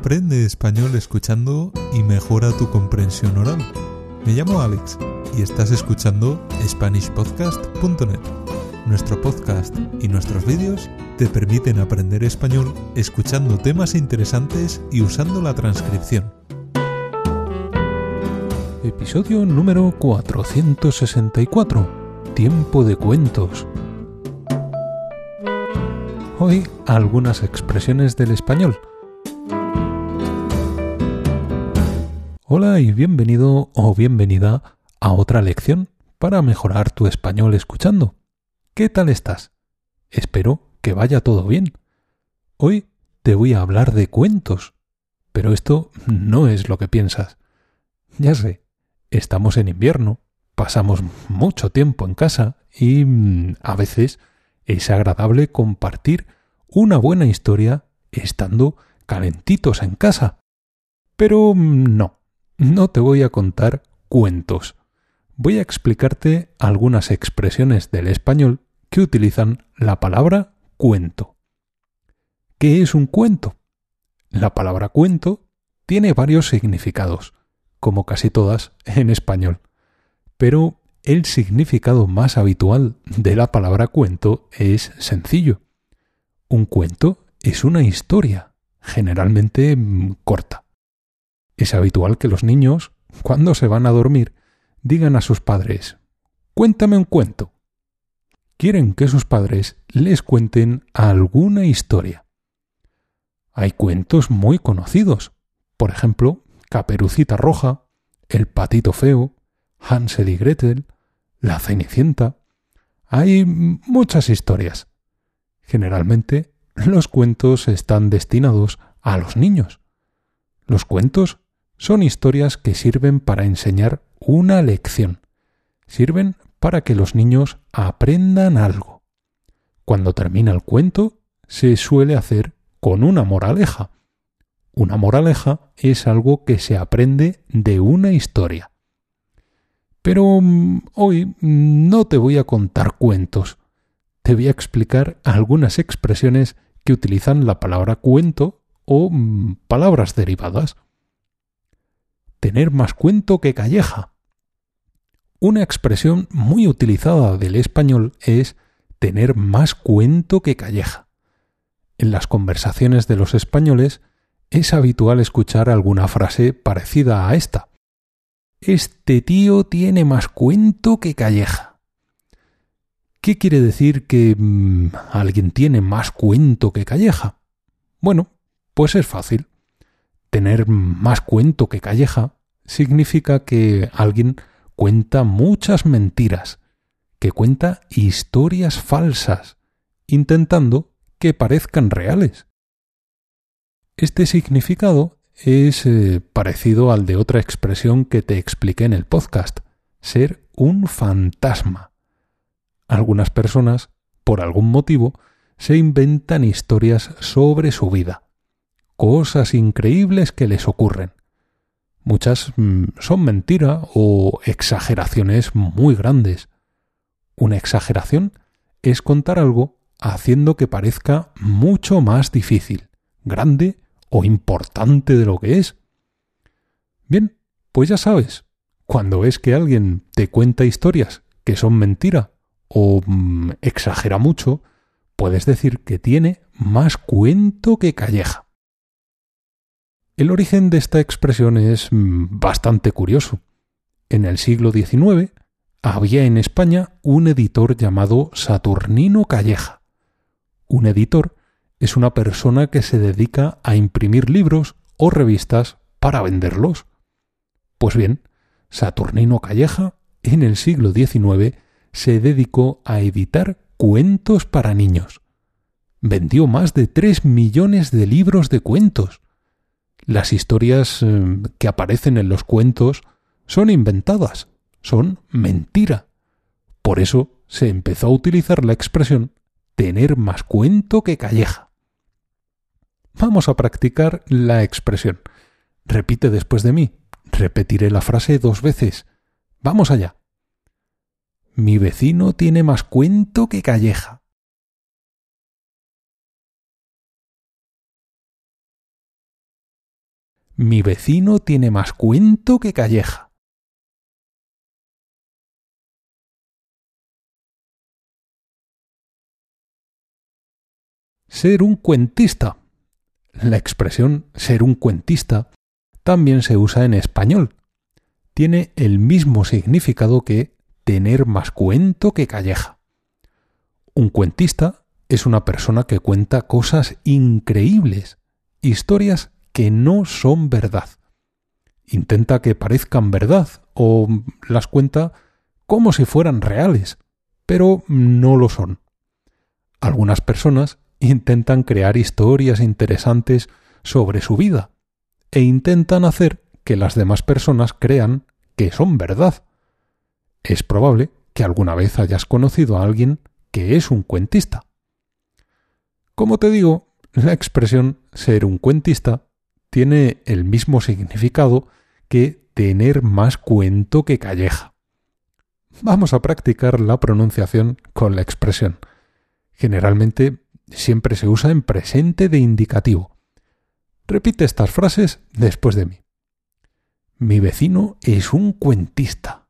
Aprende español escuchando y mejora tu comprensión oral. Me llamo Alex y estás escuchando SpanishPodcast.net. Nuestro podcast y nuestros vídeos te permiten aprender español escuchando temas interesantes y usando la transcripción. Episodio número 464. Tiempo de cuentos. Hoy algunas expresiones del español. Hola y bienvenido o bienvenida a otra lección para mejorar tu español escuchando. ¿Qué tal estás? Espero que vaya todo bien. Hoy te voy a hablar de cuentos, pero esto no es lo que piensas. Ya sé, estamos en invierno, pasamos mucho tiempo en casa y a veces es agradable compartir una buena historia estando calentitos en casa. Pero no te voy a contar cuentos. Voy a explicarte algunas expresiones del español que utilizan la palabra cuento. ¿Qué es un cuento? La palabra cuento tiene varios significados, como casi todas en español. Pero el significado más habitual de la palabra cuento es sencillo. Un cuento es una historia, generalmente corta. Es habitual que los niños, cuando se van a dormir, digan a sus padres: «Cuéntame un cuento». Quieren que sus padres les cuenten alguna historia. Hay cuentos muy conocidos, por ejemplo, Caperucita Roja, El Patito Feo, Hansel y Gretel, La Cenicienta. Hay muchas historias. Generalmente, los cuentos están destinados a los niños. Los cuentos son historias que sirven para enseñar una lección. Sirven para que los niños aprendan algo. Cuando termina el cuento, se suele hacer con una moraleja. Una moraleja es algo que se aprende de una historia. Pero hoy no te voy a contar cuentos. Te voy a explicar algunas expresiones que utilizan la palabra cuento o palabras derivadas. Tener más cuento que calleja. Una expresión muy utilizada del español es tener más cuento que calleja. En las conversaciones de los españoles es habitual escuchar alguna frase parecida a esta. Este tío tiene más cuento que calleja. ¿Qué quiere decir que alguien tiene más cuento que calleja? Bueno, pues es fácil. Tener más cuento que calleja significa que alguien cuenta muchas mentiras, que cuenta historias falsas, intentando que parezcan reales. Este significado es parecido al de otra expresión que te expliqué en el podcast, ser un fantasma. Algunas personas, por algún motivo, se inventan historias sobre su vida. Cosas increíbles que les ocurren. Muchas son mentira o exageraciones muy grandes. Una exageración es contar algo haciendo que parezca mucho más difícil, grande o importante de lo que es. Bien, pues ya sabes, cuando ves que alguien te cuenta historias que son mentira o exagera mucho, puedes decir que tiene más cuento que calleja. El origen de esta expresión es bastante curioso. En el siglo XIX había en España un editor llamado Saturnino Calleja. Un editor es una persona que se dedica a imprimir libros o revistas para venderlos. Pues bien, Saturnino Calleja en el siglo XIX se dedicó a editar cuentos para niños. Vendió más de 3 millones de libros de cuentos. Las historias que aparecen en los cuentos son inventadas, son mentira. Por eso se empezó a utilizar la expresión tener más cuento que calleja. Vamos a practicar la expresión. Repite después de mí. Repetiré la frase 2 veces. Vamos allá. Mi vecino tiene más cuento que calleja. Mi vecino tiene más cuento que calleja. Ser un cuentista. La expresión ser un cuentista también se usa en español. Tiene el mismo significado que tener más cuento que calleja. Un cuentista es una persona que cuenta cosas increíbles, historias que no son verdad. Intenta que parezcan verdad o las cuenta como si fueran reales, pero no lo son. Algunas personas intentan crear historias interesantes sobre su vida e intentan hacer que las demás personas crean que son verdad. Es probable que alguna vez hayas conocido a alguien que es un cuentista. Como te digo, la expresión ser un cuentista tiene el mismo significado que tener más cuento que calleja. Vamos a practicar la pronunciación con la expresión. Generalmente siempre se usa en presente de indicativo. Repite estas frases después de mí. Mi vecino es un cuentista.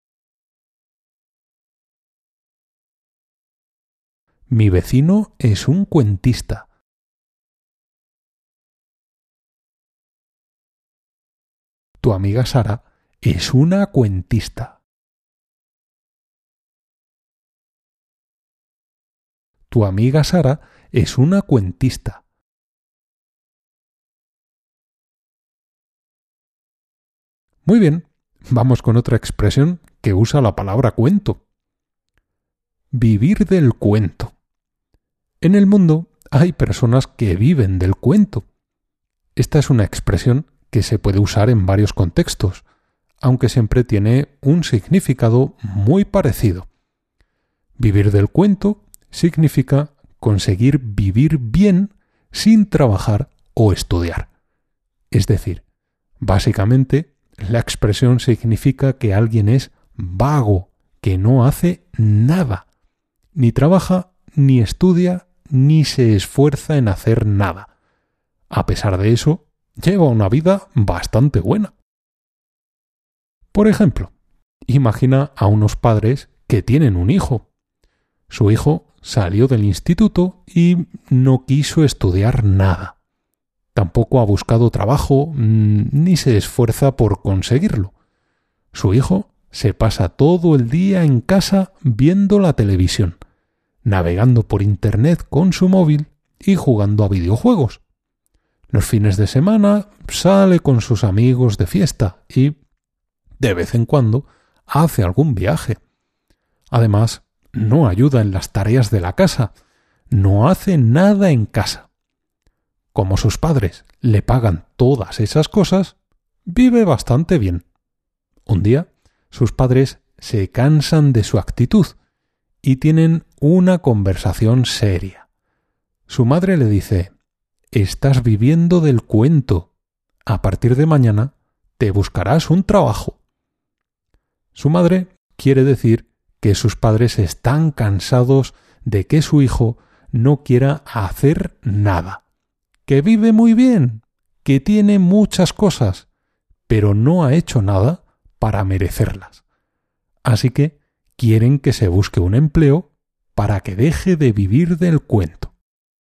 Mi vecino es un cuentista. Tu amiga Sara es una cuentista. Tu amiga Sara es una cuentista. Muy bien, vamos con otra expresión que usa la palabra cuento. Vivir del cuento. En el mundo hay personas que viven del cuento. Esta es una expresión que se puede usar en varios contextos, aunque siempre tiene un significado muy parecido. Vivir del cuento significa conseguir vivir bien sin trabajar o estudiar. Es decir, básicamente, la expresión significa que alguien es vago, que no hace nada, ni trabaja, ni estudia, ni se esfuerza en hacer nada. A pesar de eso, lleva una vida bastante buena. Por ejemplo, imagina a unos padres que tienen un hijo. Su hijo salió del instituto y no quiso estudiar nada. Tampoco ha buscado trabajo ni se esfuerza por conseguirlo. Su hijo se pasa todo el día en casa viendo la televisión, navegando por internet con su móvil y jugando a videojuegos. Los fines de semana sale con sus amigos de fiesta y, de vez en cuando, hace algún viaje. Además, no ayuda en las tareas de la casa, no hace nada en casa. Como sus padres le pagan todas esas cosas, vive bastante bien. Un día, sus padres se cansan de su actitud y tienen una conversación seria. Su madre le dice: «Estás viviendo del cuento. A partir de mañana te buscarás un trabajo». Su madre quiere decir que sus padres están cansados de que su hijo no quiera hacer nada, que vive muy bien, que tiene muchas cosas, pero no ha hecho nada para merecerlas. Así que quieren que se busque un empleo para que deje de vivir del cuento.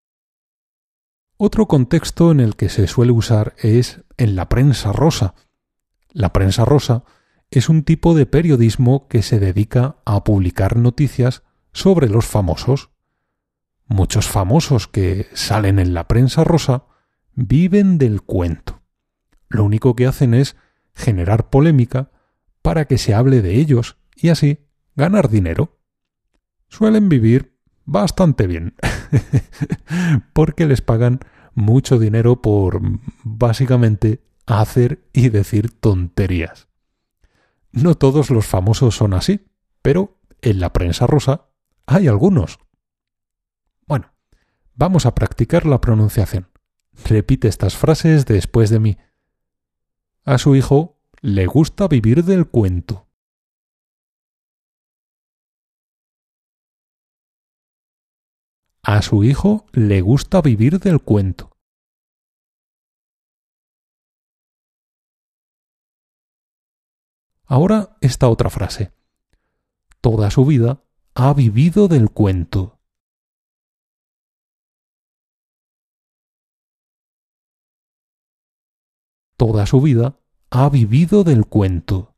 Otro contexto en el que se suele usar es en la prensa rosa. La prensa rosa es un tipo de periodismo que se dedica a publicar noticias sobre los famosos. Muchos famosos que salen en la prensa rosa viven del cuento. Lo único que hacen es generar polémica para que se hable de ellos y así ganar dinero. Suelen vivir bastante bien, porque les pagan mucho dinero por, básicamente, hacer y decir tonterías. No todos los famosos son así, pero en la prensa rosa hay algunos. Bueno, vamos a practicar la pronunciación. Repite estas frases después de mí. A su hijo le gusta vivir del cuento. A su hijo le gusta vivir del cuento. Ahora esta otra frase. Toda su vida ha vivido del cuento. Toda su vida ha vivido del cuento.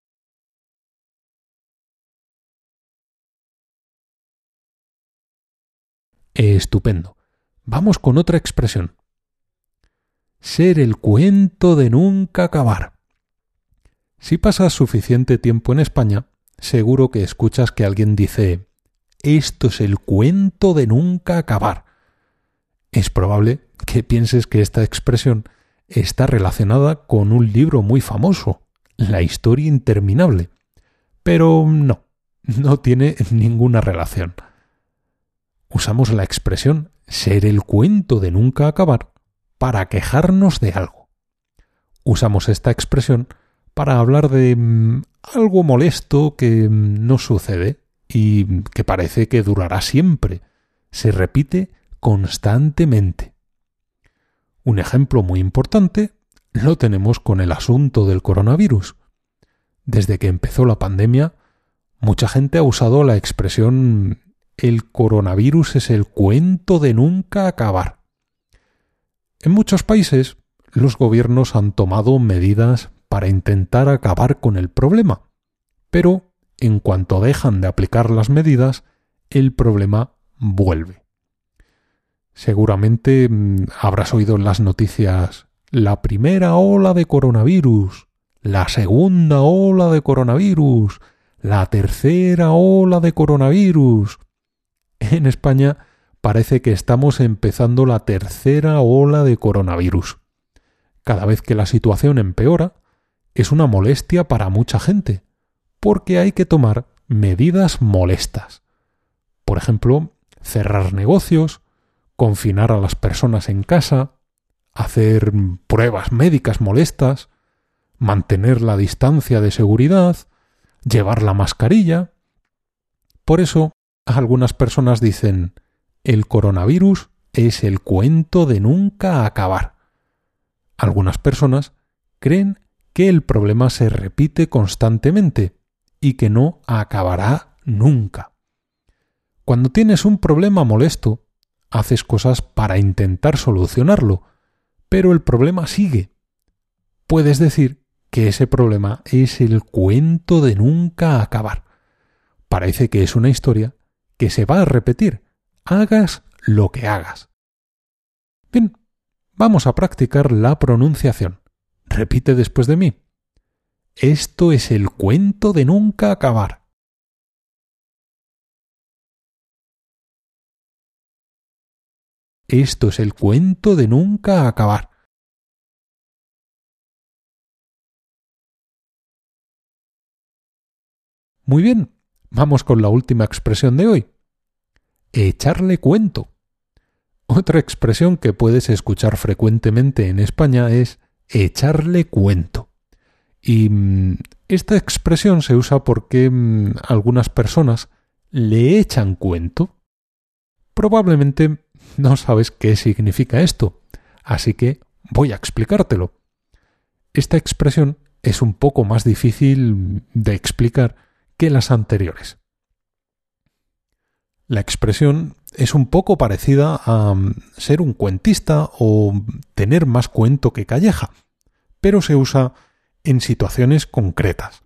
Estupendo. Vamos con otra expresión. Ser el cuento de nunca acabar. Si pasas suficiente tiempo en España, seguro que escuchas que alguien dice «Esto es el cuento de nunca acabar». Es probable que pienses que esta expresión está relacionada con un libro muy famoso, La historia interminable. Pero no tiene ninguna relación. Usamos la expresión ser el cuento de nunca acabar para quejarnos de algo. Usamos esta expresión para hablar de algo molesto que no sucede y que parece que durará siempre. Se repite constantemente. Un ejemplo muy importante lo tenemos con el asunto del coronavirus. Desde que empezó la pandemia, mucha gente ha usado la expresión «el coronavirus es el cuento de nunca acabar». En muchos países, los gobiernos han tomado medidas para intentar acabar con el problema, pero en cuanto dejan de aplicar las medidas, el problema vuelve. Seguramente habrás oído en las noticias la primera ola de coronavirus, la segunda ola de coronavirus, la tercera ola de coronavirus. En España parece que estamos empezando la tercera ola de coronavirus. Cada vez que la situación empeora, es una molestia para mucha gente, porque hay que tomar medidas molestas. Por ejemplo, cerrar negocios, confinar a las personas en casa, hacer pruebas médicas molestas, mantener la distancia de seguridad, llevar la mascarilla. Por eso, algunas personas dicen, el coronavirus es el cuento de nunca acabar. Algunas personas creen que el problema se repite constantemente y que no acabará nunca. Cuando tienes un problema molesto, haces cosas para intentar solucionarlo, pero el problema sigue. Puedes decir que ese problema es el cuento de nunca acabar. Parece que es una historia que se va a repetir, hagas lo que hagas. Bien, vamos a practicar la pronunciación. Repite después de mí. Esto es el cuento de nunca acabar. Esto es el cuento de nunca acabar. Muy bien, vamos con la última expresión de hoy. Echarle cuento. Otra expresión que puedes escuchar frecuentemente en España es echarle cuento. Y esta expresión se usa porque algunas personas le echan cuento. Probablemente no sabes qué significa esto, así que voy a explicártelo. Esta expresión es un poco más difícil de explicar que las anteriores. La expresión es un poco parecida a ser un cuentista o tener más cuento que calleja, pero se usa en situaciones concretas.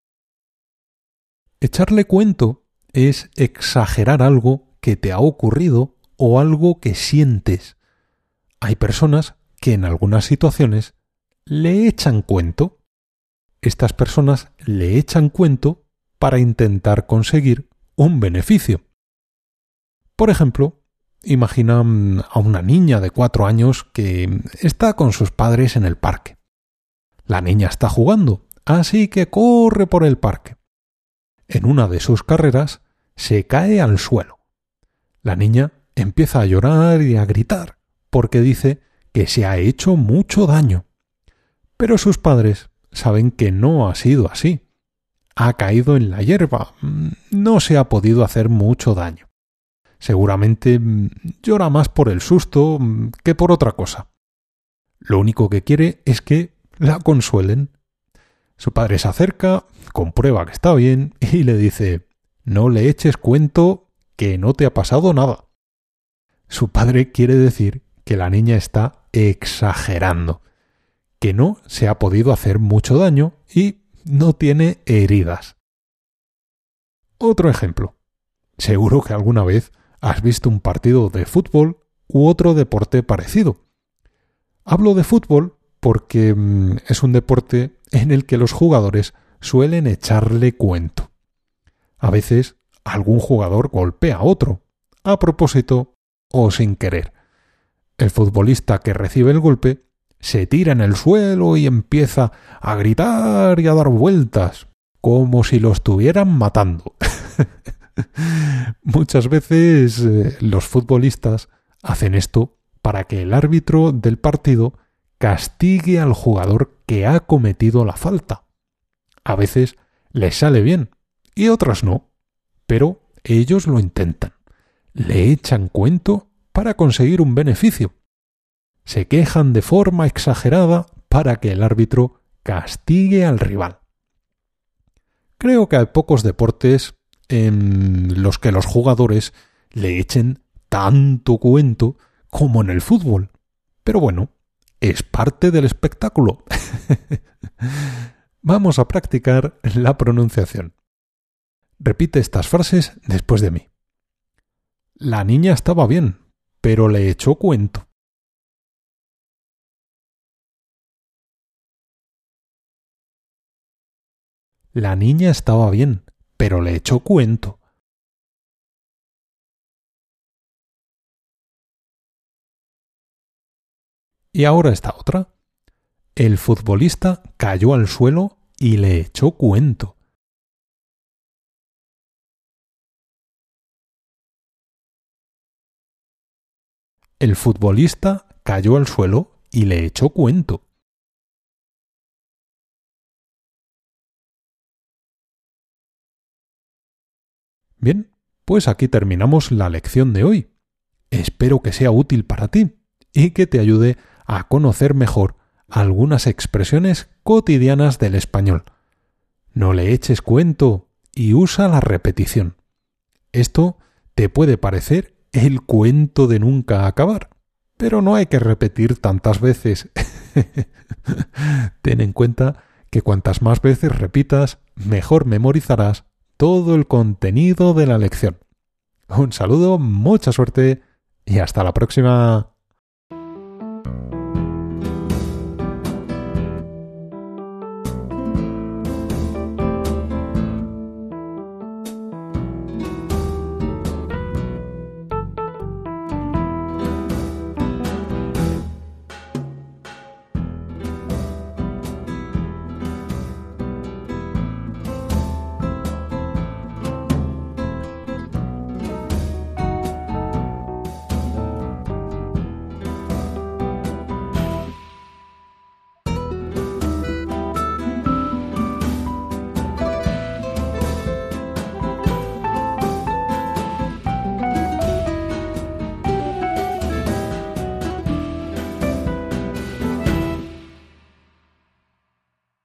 Echarle cuento es exagerar algo que te ha ocurrido o algo que sientes. Hay personas que en algunas situaciones le echan cuento. Estas personas le echan cuento para intentar conseguir un beneficio. Por ejemplo, imagina a una niña de 4 años que está con sus padres en el parque. La niña está jugando, así que corre por el parque. En una de sus carreras se cae al suelo. La niña empieza a llorar y a gritar porque dice que se ha hecho mucho daño. Pero sus padres saben que no ha sido así. Ha caído en la hierba, no se ha podido hacer mucho daño. Seguramente llora más por el susto que por otra cosa. Lo único que quiere es que la consuelen. Su padre se acerca, comprueba que está bien y le dice: no le eches cuento que no te ha pasado nada. Su padre quiere decir que la niña está exagerando, que no se ha podido hacer mucho daño y no tiene heridas. Otro ejemplo. Seguro que alguna vez has visto un partido de fútbol u otro deporte parecido. Hablo de fútbol porque es un deporte en el que los jugadores suelen echarle cuento. A veces algún jugador golpea a otro, a propósito o sin querer. El futbolista que recibe el golpe se tira en el suelo y empieza a gritar y a dar vueltas, como si lo estuvieran matando. Muchas veces los futbolistas hacen esto para que el árbitro del partido castigue al jugador que ha cometido la falta. A veces les sale bien y otras no, pero ellos lo intentan. Le echan cuento para conseguir un beneficio. Se quejan de forma exagerada para que el árbitro castigue al rival. Creo que hay pocos deportes en los que los jugadores le echen tanto cuento como en el fútbol. Pero bueno, es parte del espectáculo. Vamos a practicar la pronunciación. Repite estas frases después de mí. La niña estaba bien, pero le echó cuento. La niña estaba bien, pero le echó cuento. Y ahora esta otra. El futbolista cayó al suelo y le echó cuento. El futbolista cayó al suelo y le echó cuento. Bien, pues aquí terminamos la lección de hoy. Espero que sea útil para ti y que te ayude a conocer mejor algunas expresiones cotidianas del español. No le eches cuento y usa la repetición. Esto te puede parecer el cuento de nunca acabar, pero no hay que repetir tantas veces. Ten en cuenta que cuantas más veces repitas, mejor memorizarás todo el contenido de la lección. Un saludo, mucha suerte y hasta la próxima.